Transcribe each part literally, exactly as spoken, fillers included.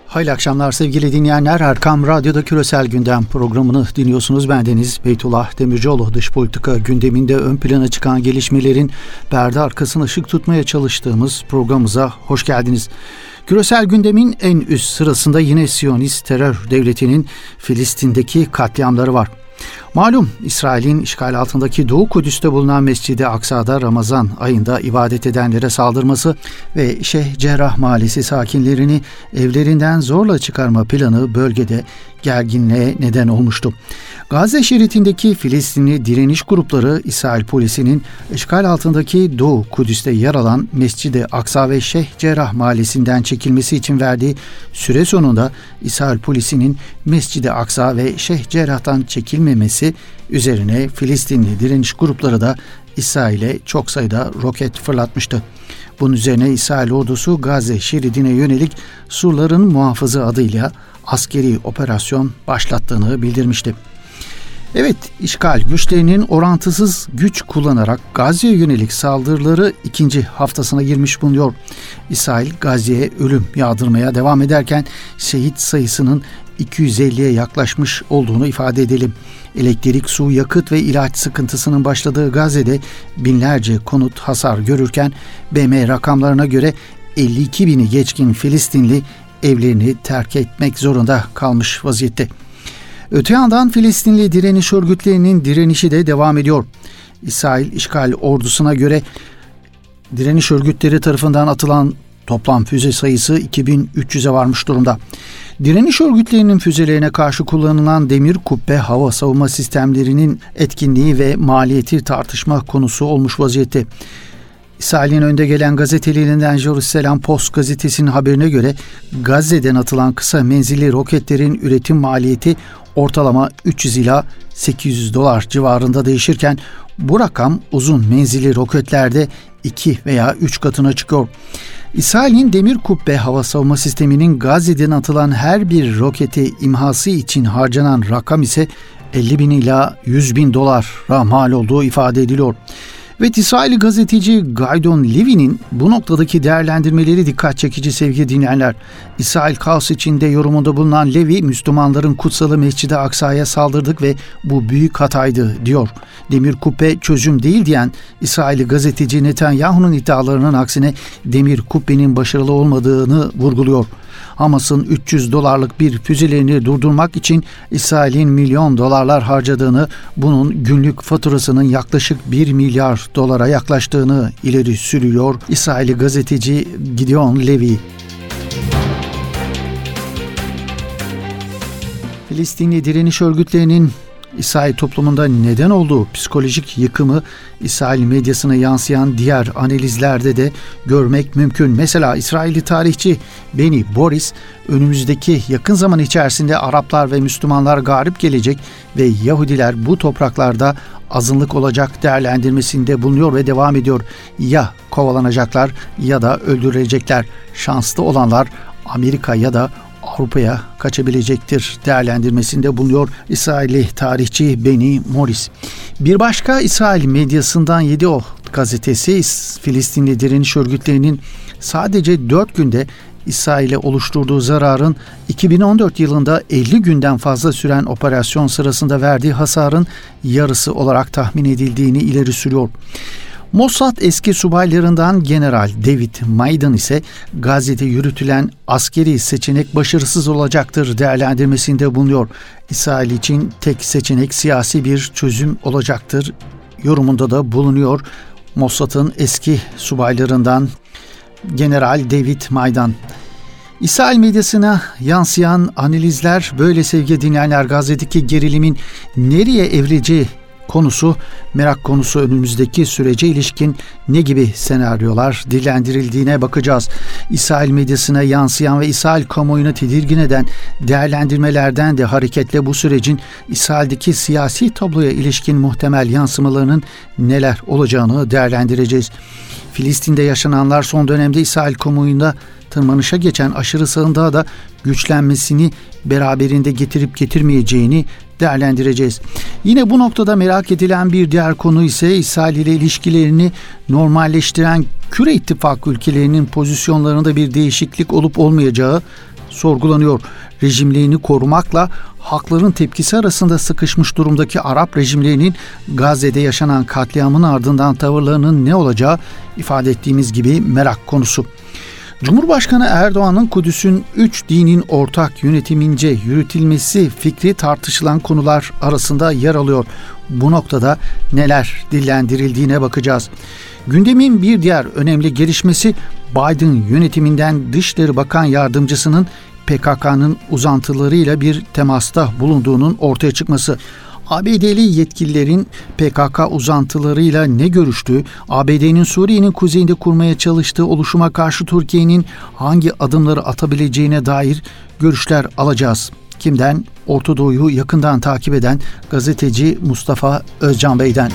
Hayırlı akşamlar sevgili dinleyenler. Erkam Radyo'da Küresel Gündem programını dinliyorsunuz. Ben Deniz Beytullah Demircioğlu. Dış politika gündeminde ön plana çıkan gelişmelerin perde arkasına ışık tutmaya çalıştığımız programımıza hoş geldiniz. Küresel gündemin en üst sırasında yine Siyonist terör devletinin Filistin'deki katliamları var. Malum İsrail'in işgal altındaki Doğu Kudüs'te bulunan Mescid-i Aksa'da Ramazan ayında ibadet edenlere saldırması ve Şeyh Cerrah Mahallesi sakinlerini evlerinden zorla çıkarma planı bölgede gerginliğe neden olmuştu. Gazze şeridindeki Filistinli direniş grupları İsrail polisinin işgal altındaki Doğu Kudüs'te yer alan Mescid-i Aksa ve Şeyh Cerrah Mahallesi'nden çekilmesi için verdiği süre sonunda İsrail polisinin Mescid-i Aksa ve Şeyh Cerrah'tan çekilmemesi üzerine Filistinli direniş grupları da İsrail'e çok sayıda roket fırlatmıştı. Bunun üzerine İsrail ordusu Gazze şeridine yönelik surların muhafızı adıyla askeri operasyon başlattığını bildirmişti. Evet, işgal güçlerinin orantısız güç kullanarak Gazze'ye yönelik saldırıları ikinci haftasına girmiş bulunuyor. İsrail Gazze'ye ölüm yağdırmaya devam ederken şehit sayısının iki yüz elliye yaklaşmış olduğunu ifade edelim. Elektrik, su, yakıt ve ilaç sıkıntısının başladığı Gazze'de binlerce konut hasar görürken B M rakamlarına göre elli iki bini geçkin Filistinli evlerini terk etmek zorunda kalmış vaziyette. Öte yandan Filistinli direniş örgütlerinin direnişi de devam ediyor. İsrail işgal ordusuna göre direniş örgütleri tarafından atılan toplam füze sayısı iki bin üç yüze varmış durumda. Direniş örgütlerinin füzelerine karşı kullanılan demir kubbe hava savunma sistemlerinin etkinliği ve maliyeti tartışma konusu olmuş vaziyette. İsrail'in önde gelen gazetelerinden Jerusalem Post gazetesinin haberine göre Gazze'den atılan kısa menzilli roketlerin üretim maliyeti ortalama üç yüz ila sekiz yüz dolar civarında değişirken bu rakam uzun menzilli roketlerde iki veya üç katına çıkıyor. İsrail'in demir kubbe hava savunma sisteminin Gazze'den atılan her bir roketi imhası için harcanan rakam ise elli bin ila yüz bin dolara mal olduğu ifade ediliyor. Ve İsrail gazeteci Gaydon Levy'nin bu noktadaki değerlendirmeleri dikkat çekici sevgili dinleyenler. İsrail kaos içinde yorumunda bulunan Levy, Müslümanların kutsalı Mescid-i Aksa'ya saldırdık ve bu büyük hataydı diyor. Demir kubbe çözüm değil diyen İsrail gazeteci Netanyahu'nun iddialarının aksine demir kubbenin başarılı olmadığını vurguluyor. Hamas'ın üç yüz dolarlık bir füzelerini durdurmak için İsrail'in milyon dolarlar harcadığını, bunun günlük faturasının yaklaşık bir milyar dolara yaklaştığını ileri sürüyor İsrail gazeteci Gideon Levy. Filistinli direniş örgütlerinin İsrail toplumunda neden olduğu psikolojik yıkımı İsrail medyasına yansıyan diğer analizlerde de görmek mümkün. Mesela İsrailli tarihçi Benny Boris, önümüzdeki yakın zaman içerisinde Araplar ve Müslümanlar galip gelecek ve Yahudiler bu topraklarda azınlık olacak değerlendirmesinde bulunuyor ve devam ediyor. Ya kovalanacaklar ya da öldürülecekler. Şanslı olanlar Amerika ya da Avrupa'ya kaçabilecektir değerlendirmesinde bulunuyor İsrailli tarihçi Benny Morris. Bir başka İsrail medyasından Yedioth gazetesi Filistinli direniş örgütlerinin sadece dört günde İsrail'e oluşturduğu zararın iki bin on dört yılında elli günden fazla süren operasyon sırasında verdiği hasarın yarısı olarak tahmin edildiğini ileri sürüyor. Mossad eski subaylarından General David Maydan ise Gazze'de yürütülen askeri seçenek başarısız olacaktır değerlendirmesinde bulunuyor. İsrail için tek seçenek siyasi bir çözüm olacaktır yorumunda da bulunuyor Mossad'ın eski subaylarından General David Maydan. İsrail medyasına yansıyan analizler böyle sevgili dinleyenler. Gazze'deki gerilimin nereye evrileceği konusu merak konusu. Önümüzdeki sürece ilişkin ne gibi senaryolar dillendirildiğine bakacağız. İsrail medyasına yansıyan ve İsrail kamuoyunu tedirgin eden değerlendirmelerden de hareketle bu sürecin İsrail'deki siyasi tabloya ilişkin muhtemel yansımalarının neler olacağını değerlendireceğiz. Filistin'de yaşananlar son dönemde İsrail kamuoyunda tırmanışa geçen aşırı sağındağa da güçlenmesini beraberinde getirip getirmeyeceğini değerlendireceğiz. Yine bu noktada merak edilen bir diğer konu ise İsrail ile ilişkilerini normalleştiren Küre İttifakı ülkelerinin pozisyonlarında bir değişiklik olup olmayacağı sorgulanıyor. Rejimlerini korumakla hakların tepkisi arasında sıkışmış durumdaki Arap rejimlerinin Gazze'de yaşanan katliamın ardından tavırlarının ne olacağı ifade ettiğimiz gibi merak konusu. Cumhurbaşkanı Erdoğan'ın Kudüs'ün üç dinin ortak yönetimince yürütülmesi fikri tartışılan konular arasında yer alıyor. Bu noktada neler dillendirildiğine bakacağız. Gündemin bir diğer önemli gelişmesi Biden yönetiminden Dışişleri Bakan Yardımcısının P K K'nın uzantılarıyla bir temasta bulunduğunun ortaya çıkması. A B D'li yetkililerin P K K uzantılarıyla ne görüştüğü, A B D'nin Suriye'nin kuzeyinde kurmaya çalıştığı oluşuma karşı Türkiye'nin hangi adımları atabileceğine dair görüşler alacağız. Kimden? Orta Doğu'yu yakından takip eden gazeteci Mustafa Özcan Bey'den.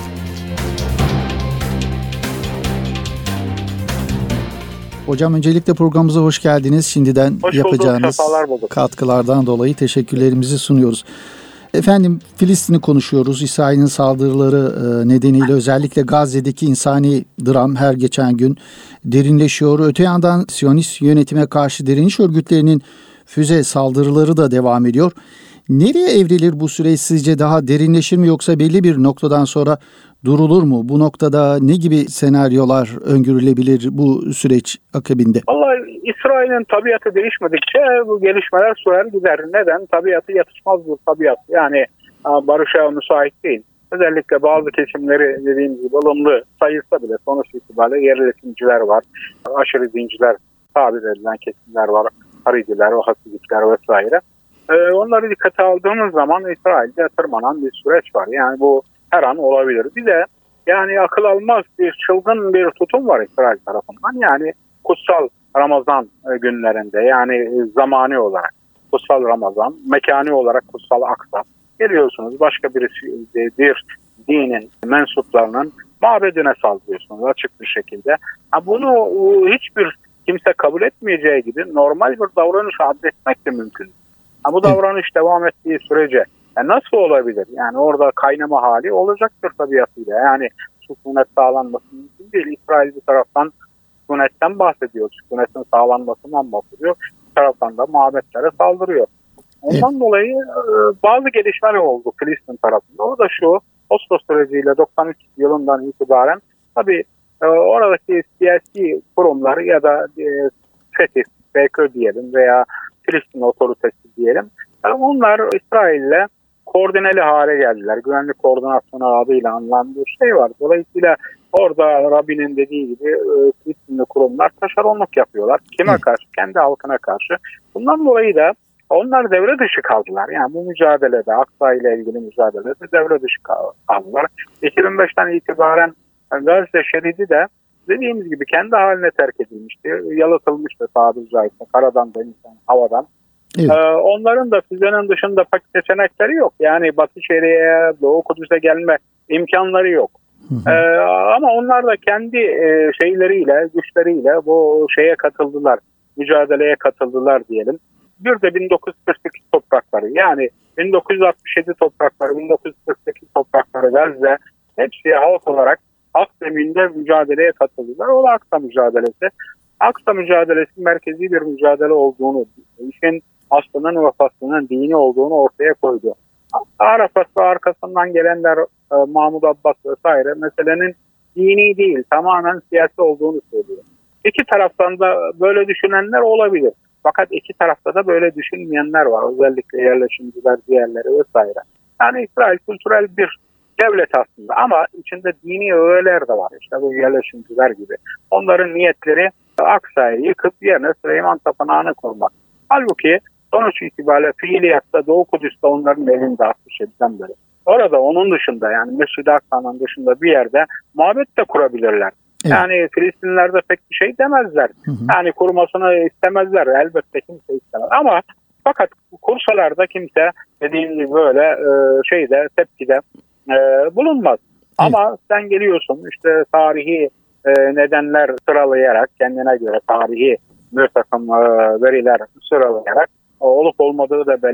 Hocam öncelikle programımıza hoş geldiniz. Şimdiden hoş yapacağınız bulduk, katkılardan dolayı teşekkürlerimizi sunuyoruz. Efendim Filistin'i konuşuyoruz. İsrail'in saldırıları nedeniyle özellikle Gazze'deki insani dram her geçen gün derinleşiyor. Öte yandan Siyonist yönetime karşı direniş örgütlerinin füze saldırıları da devam ediyor. Nereye evrilir bu süreç sizce? Daha derinleşir mi yoksa belli bir noktadan sonra durulur mu? Bu noktada ne gibi senaryolar öngörülebilir bu süreç akabinde? Vallahi İsrail'in tabiatı değişmedikçe bu gelişmeler sürer gider. Neden? Tabiatı yatışmaz bir tabiat. Yani barışa müsait değil. Özellikle bazı kesimleri dediğim gibi ılımlı sayılsa bile sonuç itibariyle yerleşimciler var. Aşırı dinciler tabir edilen kesimler var. Haridiler, o Hasidikler vesaire. Ee, onları dikkate aldığımız zaman İsrail'de tırmanan bir süreç var. Yani bu her an olabilir. Bir de yani akıl almaz bir çılgın bir tutum var İsrail tarafından. Yani kutsal Ramazan günlerinde yani zamani olarak kutsal Ramazan, mekani olarak kutsal Aksa. Geliyorsunuz başka bir, bir dinin mensuplarının mabedine saldırıyorsunuz açık bir şekilde. Bunu hiçbir kimse kabul etmeyeceği gibi normal bir davranış adletmek de mümkün. Bu davranış devam ettiği sürece yani nasıl olabilir? Yani orada kaynama hali olacaktır tabiatıyla. Yani sükunet sağlanması mümkün değil. İsrail bir taraftan sükunetten bahsediyor. Sükunetin sağlanmasından bahsediyor. Bir taraftan da mabetlere saldırıyor. Ondan evet. dolayı bazı gelişmeler oldu Filistin tarafında. O da şu, Oslo süreciyle doksan üç yılından itibaren tabii oradaki siyasi kurumlar ya da Fetih, P K K diyelim veya Filistin otoritesi diyelim. Onlar İsrail'le koordineli hale geldiler. Güvenlik koordinasyonu adıyla anılan bir şey var. Dolayısıyla orada Rabin'in dediği gibi Filistinli kurumlar taşeronluk yapıyorlar. Kime Hı. karşı? Kendi halkına karşı. Bundan dolayı da onlar devre dışı kaldılar. Yani bu mücadelede, Aksa ile ilgili mücadelede devre dışı kaldılar. iki bin beşten itibaren Gazze şeridi de dediğimiz gibi kendi haline terk edilmişti. Yalıtılmıştı tabiri caizse. Karadan, denizden, havadan. Evet. Ee, onların da füzenin dışında pek seçenekleri yok. Yani Batı Şeria'ya, Doğu Kudüs'e gelme imkanları yok. Hı hı. Ee, ama onlar da kendi e, şeyleriyle, güçleriyle bu şeye katıldılar. Mücadeleye katıldılar diyelim. Bir de bin dokuz yüz kırk sekiz toprakları, yani bin dokuz yüz altmış yedi toprakları, bin dokuz yüz kırk sekiz toprakları Gazze hepsi halk olarak halk zeminde mücadeleye katıldılar. O da Aksa mücadelesi. Aksa mücadelesi merkezi bir mücadele olduğunu, işin aslının ve faslının dini olduğunu ortaya koydu. Arafat ve arkasından gelenler e, Mahmud Abbas vesaire meselenin dini değil, tamamen siyasi olduğunu söylüyor. İki taraftan da böyle düşünenler olabilir. Fakat iki tarafta da böyle düşünmeyenler var. Özellikle yerleşimciler, diğerleri vesaire. Yani İsrail kültürel bir devlet aslında ama içinde dini öğeler de var. İşte bu yerleşimciler gibi. Onların niyetleri Aksa'yı yıkıp yerine Süleyman Tapınağı'nı kurmak. Halbuki sonuç itibariyle fiiliyatta Doğu Kudüs'te onların elinde altmış yediden beri. Orada onun dışında yani Mescid-i Aksa'nın dışında bir yerde mabet de kurabilirler. Evet. Yani Filistinliler de pek bir şey demezler. Hı hı. Yani kurmasını istemezler. Elbette kimse istemez. Ama fakat kursalarda kimse dediğim gibi böyle e, şeyde tepkide e, bulunmaz. Evet. Ama sen geliyorsun işte tarihi e, nedenler sıralayarak kendine göre tarihi bir takım e, veriler sıralayarak olup olmadığı da belli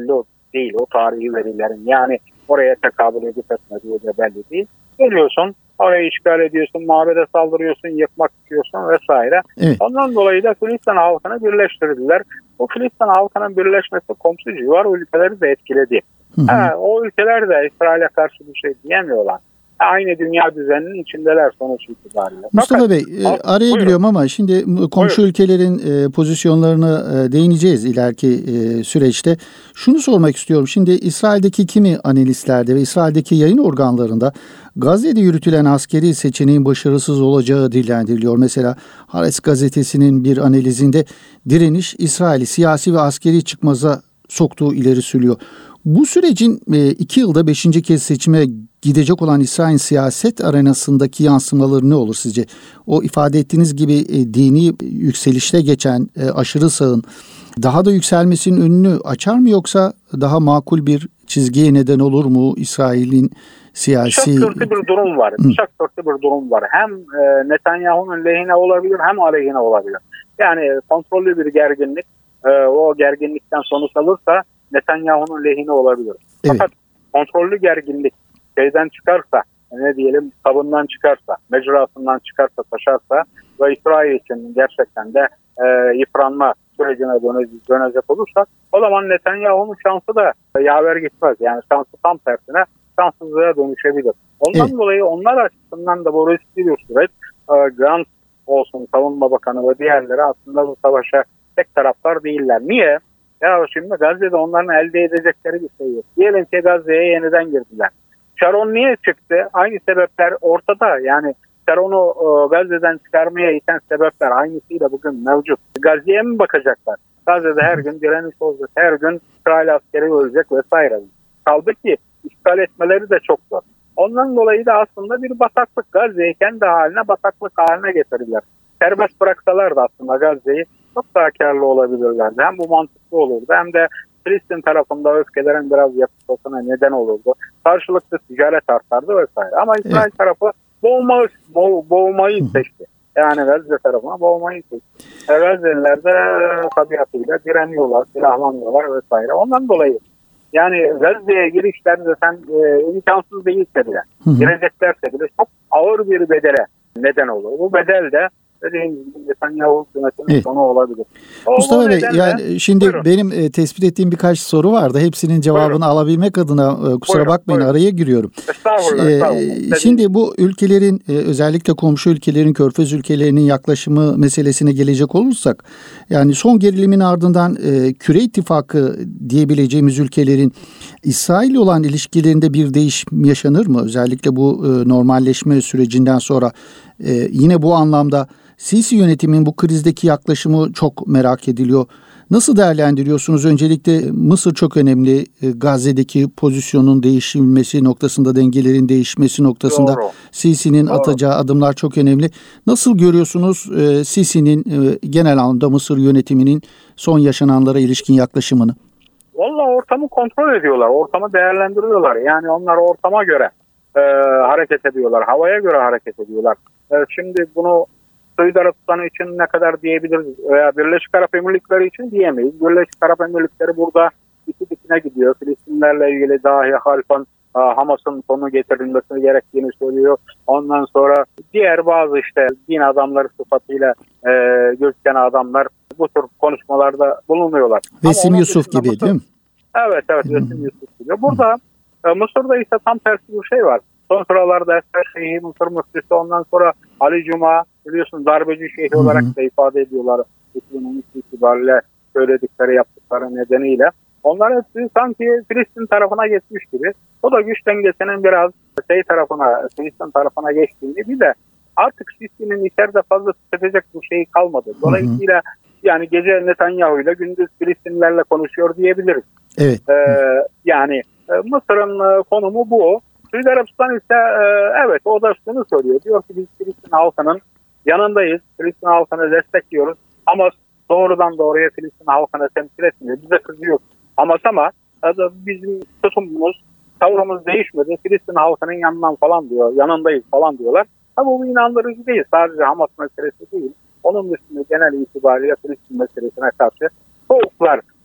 değil. O tarihi verilerin yani oraya tekabül edip etmediği de belli değil. Geliyorsun, orayı işgal ediyorsun, mabede saldırıyorsun, yıkmak istiyorsun vesaire. Evet. Ondan dolayı da Filistin halkını birleştirdiler. Bu Filistin halkının birleşmesi komşu civar ülkeleri de etkiledi. Hı hı. Ha, o ülkeler de İsrail'e karşı bir şey diyemiyorlar. Aynı dünya düzeninin içindeler sonuç itibariyle. Mustafa Fakat, Bey al, araya buyurun. giriyorum ama şimdi komşu buyurun. ülkelerin e, pozisyonlarını e, değineceğiz ileriki e, süreçte. Şunu sormak istiyorum. Şimdi İsrail'deki kimi analistlerde ve İsrail'deki yayın organlarında Gazze'de yürütülen askeri seçeneğin başarısız olacağı dillendiriliyor. Mesela Haaretz gazetesinin bir analizinde direniş İsrail'i siyasi ve askeri çıkmaza soktuğu ileri sürüyor. Bu sürecin iki yılda beşinci kez seçime gidecek olan İsrail siyaset arenasındaki yansımaları ne olur sizce? O ifade ettiğiniz gibi dini yükselişte geçen aşırı sağın daha da yükselmesinin önünü açar mı yoksa daha makul bir çizgiye neden olur mu İsrail'in siyasi... Çok kötü bir durum var. Hı. Çok kötü bir durum var. Hem Netanyahu'nun lehine olabilir hem aleyhine olabilir. Yani kontrollü bir gerginlik o gerginlikten sonuç alırsa Netanyahu'nun lehine olabilir. Evet. Fakat kontrollü gerginlik şeyden çıkarsa, ne diyelim tabından çıkarsa, mecrasından çıkarsa, taşarsa ve İsrail için gerçekten de e, yıpranma sürecine dönecek, dönecek olursa o zaman Netanyahu'nun şansı da yaver gitmez. Yani şansı tam tersine şanssızlığa dönüşebilir. Ondan evet. dolayı onlar açısından da bu riskli bir süreç. E, Grant olsun, Savunma Bakanı ve diğerleri aslında bu savaşa tek taraftar değiller. Niye? Ya şimdi Gazze'de onların elde edecekleri bir şey yok. Diyelim ki Gazze'ye yeniden girdiler. Sharon niye çıktı? Aynı sebepler ortada. Yani Sharon'u e, Gazze'den çıkarmaya iten sebepler aynısıyla bugün mevcut. Gazze'ye mi bakacaklar? Gazze'de her gün direniş olacak. Her gün İsrail askeri ölecek vesaire. Kaldı ki işgal etmeleri de çok zor. Ondan dolayı da aslında bir bataklık. Gazze'yi kendi haline bataklık haline getirdiler. Serbest bıraksalar da aslında Gazze'yi çok daha karlı olabilirlerdi. Hem bu mantıklı olurdu hem de Filistin tarafında öfkelerin biraz yapışmasına neden olurdu. Karşılıklı ticaret artardı vesaire. Ama İsrail evet. tarafı boğmayı, boğ, boğmayı seçti. Yani Gazze tarafına boğmayı seçti. E, Gazze'liler de tabiatıyla direniyorlar, silahlanıyorlar vesaire. Ondan dolayı yani Gazze'ye girişlerinde sen e, imkansız değilse bile, gireceklerse bile çok ağır bir bedele neden olur. Bu bedel de dediğim gibi Netanyahu yönetiminin evet. sonu olabilir. O, Mustafa Bey yani şimdi buyurun. benim e, tespit ettiğim birkaç soru vardı. Hepsinin cevabını buyurun. alabilmek adına e, kusura buyurun, bakmayın buyurun. araya giriyorum. Estağfurullah, e, estağfurullah. Şimdi bu ülkelerin e, özellikle komşu ülkelerin, Körfez ülkelerinin yaklaşımı meselesine gelecek olursak yani son gerilimin ardından e, Küre İttifakı diyebileceğimiz ülkelerin İsrail olan ilişkilerinde bir değişim yaşanır mı? Özellikle bu e, normalleşme sürecinden sonra e, yine bu anlamda Sisi yönetimin bu krizdeki yaklaşımı çok merak ediliyor. Nasıl değerlendiriyorsunuz? Öncelikle Mısır çok önemli. Gazze'deki pozisyonun değişilmesi noktasında, dengelerin değişmesi noktasında Doğru. Sisi'nin Doğru. atacağı adımlar çok önemli. Nasıl görüyorsunuz e, Sisi'nin e, genel anlamda Mısır yönetiminin son yaşananlara ilişkin yaklaşımını? Vallahi ortamı kontrol ediyorlar, ortamı değerlendiriyorlar. Yani onlar ortama göre e, hareket ediyorlar, havaya göre hareket ediyorlar. E, şimdi bunu Suudi Arabistan için ne kadar diyebiliriz veya Birleşik Arap Emirlikleri için diyemeyiz. Birleşik Arap Emirlikleri burada iki dikine gidiyor. Filistinlerle ilgili dahi halfan Hamas'ın sonu getirilmesi gerektiğini söylüyor. Ondan sonra diğer bazı işte din adamları sıfatıyla e, gözüken adamlar bu tür konuşmalarda bulunuyorlar. Vesim Yusuf gibi Mısır, değil mi? Evet evet Vesim hmm. Yusuf gibi. Burada e, Mısır'da ise tam tersi bir şey var. Son sıralarda Esfer Şeyhi, Mısır Müftüsü, ondan sonra Ali Cuma biliyorsun darbeci şeyhi hmm. olarak da ifade ediyorlar. iki bin on üç itibariyle söyledikleri yaptıkları nedeniyle. Onlar hepsi sanki Filistin tarafına geçmiş gibi. O da güç dengesinin biraz şey tarafına, Filistin tarafına geçtiğini bir de artık Sisi'nin içeride fazla tüketecek bir şey kalmadı. Dolayısıyla hı hı. yani gece Netanyahu ile gündüz Filistinlerle konuşuyor diyebiliriz. Evet. Ee, yani e, Mısır'ın konumu bu. Suudi Arabistan ise e, evet o da şunu söylüyor. Diyor ki biz Filistin halkının yanındayız. Filistin halkını destekliyoruz. Ama doğrudan doğruya Filistin halkını temsil etmiyor. Bize kızıyor. Ama ama bizim tutumumuz, tavrımız değişmedi. Filistin halkının yanından falan diyor, yanındayız falan diyorlar. Tabi bu inandırıcı değil. Sadece Hamas meselesi değil. Onun dışında genel itibariyle Filistin meselesine karşı soğuklar.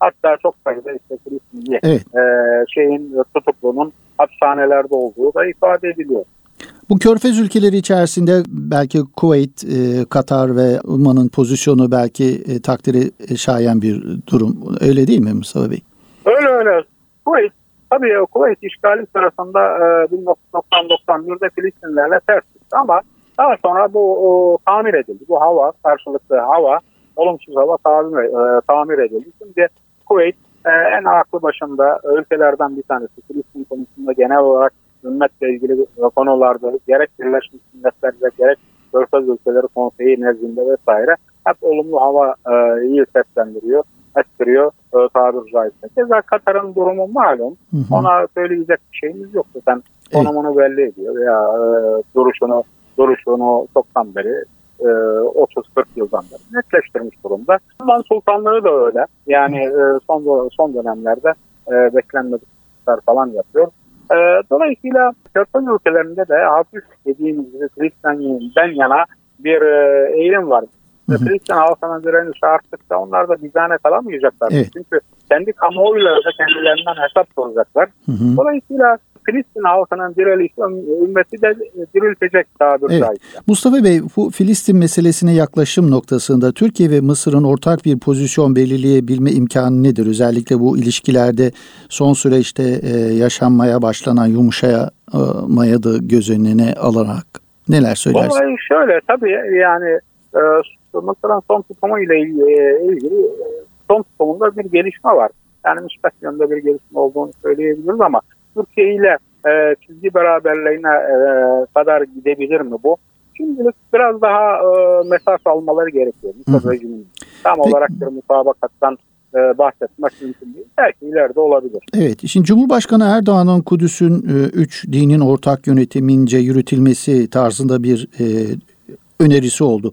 Hatta çok sayıda işte Filistinli evet. e, şeyin tutuklunun hapishanelerde olduğu da ifade ediliyor. Bu Körfez ülkeleri içerisinde belki Kuveyt, e, Katar ve Umman'ın pozisyonu belki e, takdiri şayan bir durum. Öyle değil mi Mustafa Bey? Öyle öyle. Kuveyt, tabii Kuveyt işgali sırasında e, bin dokuz yüz doksan doksan birde Filistinlerle ters düştü ama daha sonra bu o, tamir edildi. Bu hava, karşılıklı hava, olumsuz hava tamir, e, tamir edildi. Şimdi Kuveyt e, en aklı başında ülkelerden bir tanesi. Filistin konusunda genel olarak ümmetle ilgili konularda gerek Birleşmiş Milletler'de gerek Körfez Ülkeleri Konseyi nezdinde vesaire hep olumlu hava e, iyi seslendiriyor, ettiriyor e, tabiri caizse. Keza Katar'ın durumu malum. Hı hı. Ona söyleyecek bir şeyimiz yok. Zaten konumunu belli ediyor veya e, duruşunu duruşunu çoktan beri e, otuz kırk yıldan beri netleştirmiş durumda. Umman Sultanlığı da öyle. Yani e, son son dönemlerde e, beklenmedikler falan yapıyor. E, dolayısıyla Körfez ülkelerinde de hafif dediğimiz gibi Filistin'den yana bir e, eğilim var. Filistin halkının direnişi arttıkça onlar da bizane kalamayacaklar. Evet. Çünkü kendi kamuoyuyla da kendilerinden hesap soracaklar. Hı hı. Dolayısıyla Filistin halkının direnişi ümmeti de diriltecek tabiri evet. caizse. Mustafa Bey, bu Filistin meselesine yaklaşım noktasında Türkiye ve Mısır'ın ortak bir pozisyon belirleyebilme imkanı nedir? Özellikle bu ilişkilerde son süreçte e, yaşanmaya başlanan yumuşamaya da göz önüne alarak neler söylersiniz? Vallahi şöyle tabii yani e, Mısır'ın son tutumu ile ilgili e, son tutumunda bir gelişme var. Yani müspet yönde bir gelişme olduğunu söyleyebiliriz ama Türkiye ile e, çizgi beraberliğine e, kadar gidebilir mi bu? Şimdilik biraz daha e, mesafe almaları gerekiyor. Mısır rejiminin tam Peki. olarak bir mutabakattan e, bahsetmek mümkün değil. Belki ileride olabilir. Evet. Şimdi Cumhurbaşkanı Erdoğan'ın Kudüs'ün e, üç dinin ortak yönetimince yürütülmesi tarzında bir e, önerisi oldu.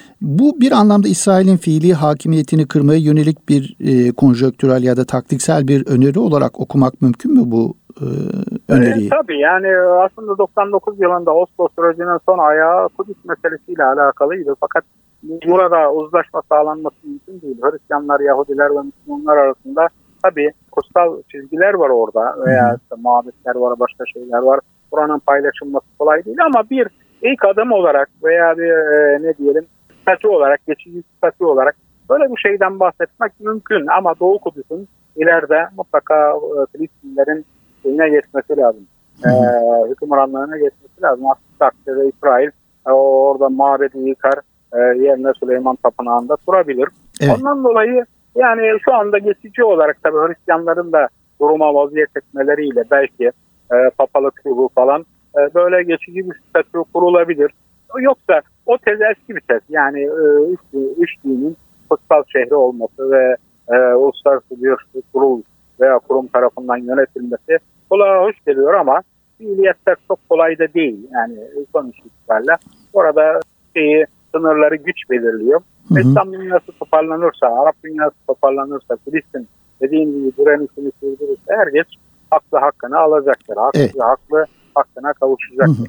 Bu bir anlamda İsrail'in fiili hakimiyetini kırmaya yönelik bir e, konjonktürel ya da taktiksel bir öneri olarak okumak mümkün mü bu e, öneriyi? E, tabii yani aslında doksan dokuz yılında Oslo sürecinin son ayağı Kudüs meselesiyle alakalıydı. Fakat burada uzlaşma sağlanması mümkün değil. Hristiyanlar, Yahudiler ve Müslümanlar arasında tabii kutsal çizgiler var orada veya işte mabetler var, başka şeyler var. Buranın paylaşılması kolay değil ama bir ilk adım olarak veya bir e, ne diyelim statü olarak, geçici statü olarak böyle bir şeyden bahsetmek mümkün ama Doğu Kudüs'ün ileride mutlaka e, Filistinlerin şeyine geçmesi lazım. E, hükümranlığına geçmesi lazım. Aksi takdirde İsrail e, orada mabedi yıkar, e, yerine Süleyman Tapınağı'nda kurabilir. Evet. Ondan dolayı yani şu anda geçici olarak tabii Hristiyanların da duruma vaziyet etmeleriyle belki e, papalık ruhu falan e, böyle geçici bir statü kurulabilir. Yoksa o tez eski bir tez. Yani e, üç, üç dinin kutsal şehri olması ve e, uluslararası bir kurul veya kurum tarafından yönetilmesi kulağa hoş geliyor ama fiiliyetler çok kolay da değil. Yani sonuç itibariyle orada şeyi, sınırları güç belirliyor. Hı hı. İslam dünyası toparlanırsa, Arap dünyası toparlanırsa, Filistin dediğim gibi direnişini sürdürürse herkes haklı hakkını alacaktır. Haklı evet. haklı hakkına kavuşacaktır. Hı hı.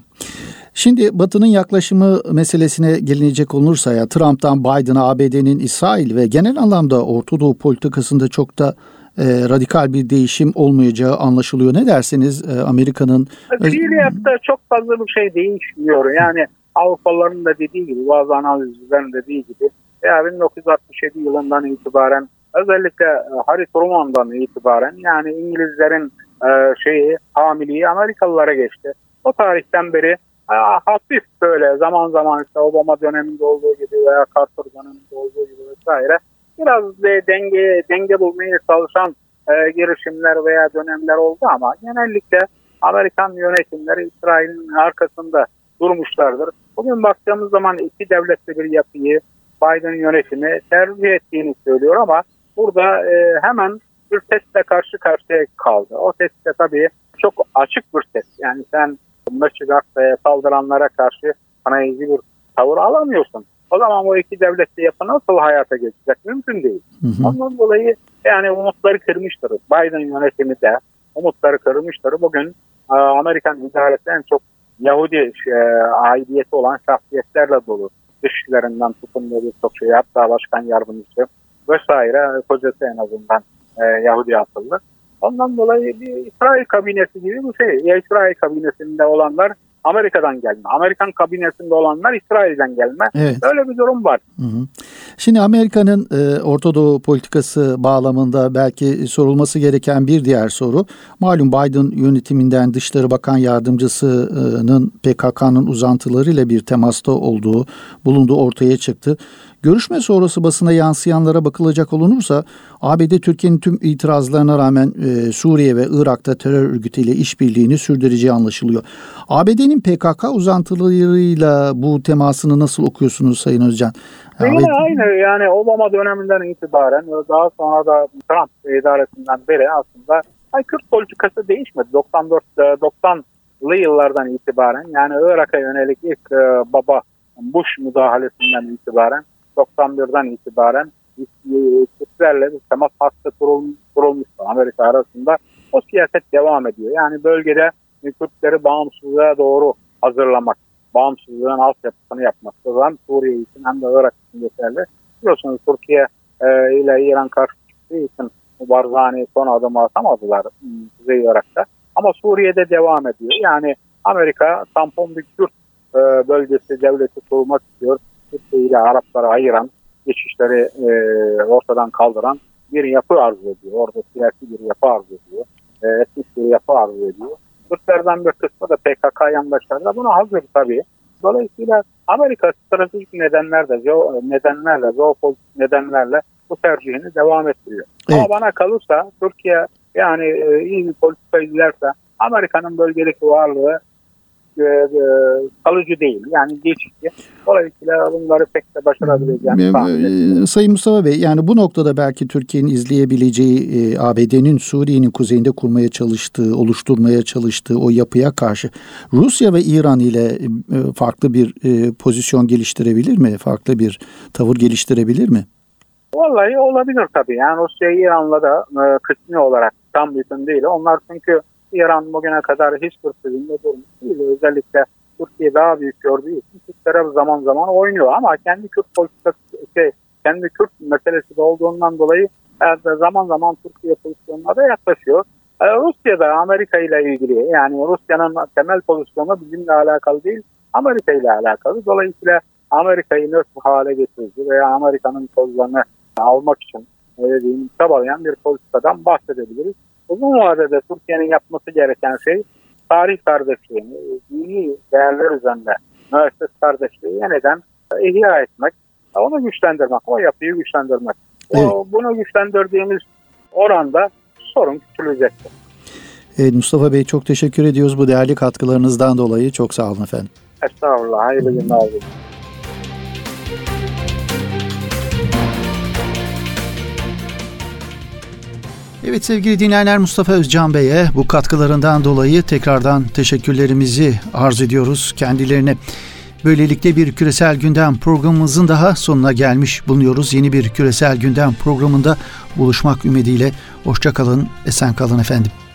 Şimdi Batı'nın yaklaşımı meselesine gelinecek olursa ya Trump'tan Biden'a A B D'nin İsrail ve genel anlamda Orta Doğu politikasında çok da e, radikal bir değişim olmayacağı anlaşılıyor. Ne dersiniz e, Amerika'nın? Fiiliyatta çok fazla bir şey değişmiyor. Yani Avrupalıların da dediği gibi, bazı analizcilerin dediği gibi veya bin dokuz yüz altmış yedi yılından itibaren özellikle Harry Truman'dan itibaren yani İngilizlerin e, şeyi hamiliği Amerikalılara geçti. O tarihten beri e, hafif böyle zaman zaman işte Obama döneminde olduğu gibi veya Carter döneminde olduğu gibi vesaire biraz de denge denge bulmaya çalışan e, girişimler veya dönemler oldu ama genellikle Amerikan yönetimleri İsrail'in arkasında durmuşlardır. Bugün baktığımız zaman iki devletli bir yapıyı Biden yönetimi tercih ettiğini söylüyor ama burada e, hemen bir testle karşı karşıya kaldı. O testte tabii çok açık bir test. Yani sen Meşrik Aksa'ya saldıranlara karşı sanayici bir tavır alamıyorsun. O zaman o iki devletli yapı nasıl hayata geçecek? Mümkün değil. Hı hı. Ondan dolayı yani umutları kırmıştır. Biden yönetimi de umutları kırmıştır. Bugün e, Amerikan idaresi en çok Yahudi e, aidiyeti olan şahsiyetlerle dolu. Dışişlerinden tutumlu birçok şey, hatta başkan yardımcısı vesaire, kocası en azından e, Yahudi asıllı. Ondan dolayı bir İsrail kabinesi gibi bir şey. Ya İsrail kabinesinde olanlar Amerika'dan gelme. Amerikan kabinesinde olanlar İsrail'den gelme. Evet. Öyle bir durum var. Hı hı. Şimdi Amerika'nın e, Orta Doğu politikası bağlamında belki sorulması gereken bir diğer soru. Malum Biden yönetiminden Dışişleri Bakan Yardımcısının P K K'nın uzantılarıyla bir temasta olduğu, bulunduğu ortaya çıktı. Görüşme sonrası basına yansıyanlara bakılacak olunursa A B D Türkiye'nin tüm itirazlarına rağmen e, Suriye ve Irak'ta terör örgütüyle işbirliğini sürdüreceği anlaşılıyor. A B D'nin P K K uzantılarıyla bu temasını nasıl okuyorsunuz Sayın Özcan? Yine evet. Aynı yani Obama döneminden itibaren daha sonra da Trump idaresinden beri aslında ay, Kürt politikası değişmedi. doksan dört doksanlı yıllardan itibaren yani Irak'a yönelik ilk e, baba Bush müdahalesinden itibaren doksan birden itibaren Kürtlerle bir temas hattı kurulmuştu Amerika arasında. O siyaset devam ediyor. Yani bölgede Kürtleri bağımsızlığa doğru hazırlamak, bağımsızlığın altyapısını yapmak. Hem Suriye için hem de Irak için yeterli. Biliyorsunuz Türkiye e, ile İran karşı çıktığı için Barzani son adımı atamadılar Kuzey Irak'ta. Ama Suriye'de devam ediyor. Yani Amerika tampon bir Kürt e, bölgesi devleti kurmak istiyor. Türkiye ile Arapları ayıran, geçişleri e, ortadan kaldıran bir yapı arzu ediyor. Orada siyasi bir yapı arzu ediyor. E, etnik bir yapı arzu ediyor. Kürtlerden bir kısmı da P K K yandaşları da buna hazır tabii. Dolayısıyla Amerika stratejik nedenlerle, nedenlerle, jeopolitik nedenlerle bu tercihini devam ettiriyor. Evet. Ama bana kalırsa Türkiye yani e, iyi bir politika izlerse Amerika'nın bölgedeki varlığı e, e, kalıcı değil. Yani geçici. Dolayısıyla bunları pek de başarabileceğini tahmin ediyorum. Sayın Mustafa Bey, yani bu noktada belki Türkiye'nin izleyebileceği e, A B D'nin Suriye'nin kuzeyinde kurmaya çalıştığı, oluşturmaya çalıştığı o yapıya karşı Rusya ve İran ile e, farklı bir e, pozisyon geliştirebilir mi? Farklı bir tavır geliştirebilir mi? Vallahi olabilir tabii. Yani Rusya İran'la da e, kısmi olarak tam bütün değil. Onlar çünkü İran bugüne kadar hiçbir sözünde durmuş değil. Özellikle Türkiye daha büyük gördüğü için Kürtlere zaman zaman oynuyor ama kendi Kürt politikası, şey, kendi Kürt meselesi de olduğundan dolayı zaman zaman Türkiye pozisyonuna da yaklaşıyor. Ee, Rusya da Amerika ile ilgili yani Rusya'nın temel pozisyonu bizimle alakalı değil, Amerika ile alakalı. Dolayısıyla Amerika'yı nötr hale getirici veya Amerika'nın kozlarını almak için öyle diyeyim, çabalayan bir politikadan bahsedebiliriz. Uzun vadede Türkiye'nin yapması gereken şey tarih kardeşliğini, dini değerler üzerinde müesses kardeşliği yeniden ihya etmek, onu güçlendirmek, o yapıyı güçlendirmek. Evet. O, bunu güçlendirdiğimiz oranda sorun küçülecektir. Evet, Mustafa Bey, çok teşekkür ediyoruz bu değerli katkılarınızdan dolayı. Çok sağ olun efendim. Estağfurullah. Hayırlı günler olsun. Evet sevgili dinleyenler, Mustafa Özcan Bey'e bu katkılarından dolayı tekrardan teşekkürlerimizi arz ediyoruz kendilerine. Böylelikle bir küresel gündem programımızın daha sonuna gelmiş bulunuyoruz. Yeni bir küresel gündem programında buluşmak ümidiyle hoşça kalın, esen kalın efendim.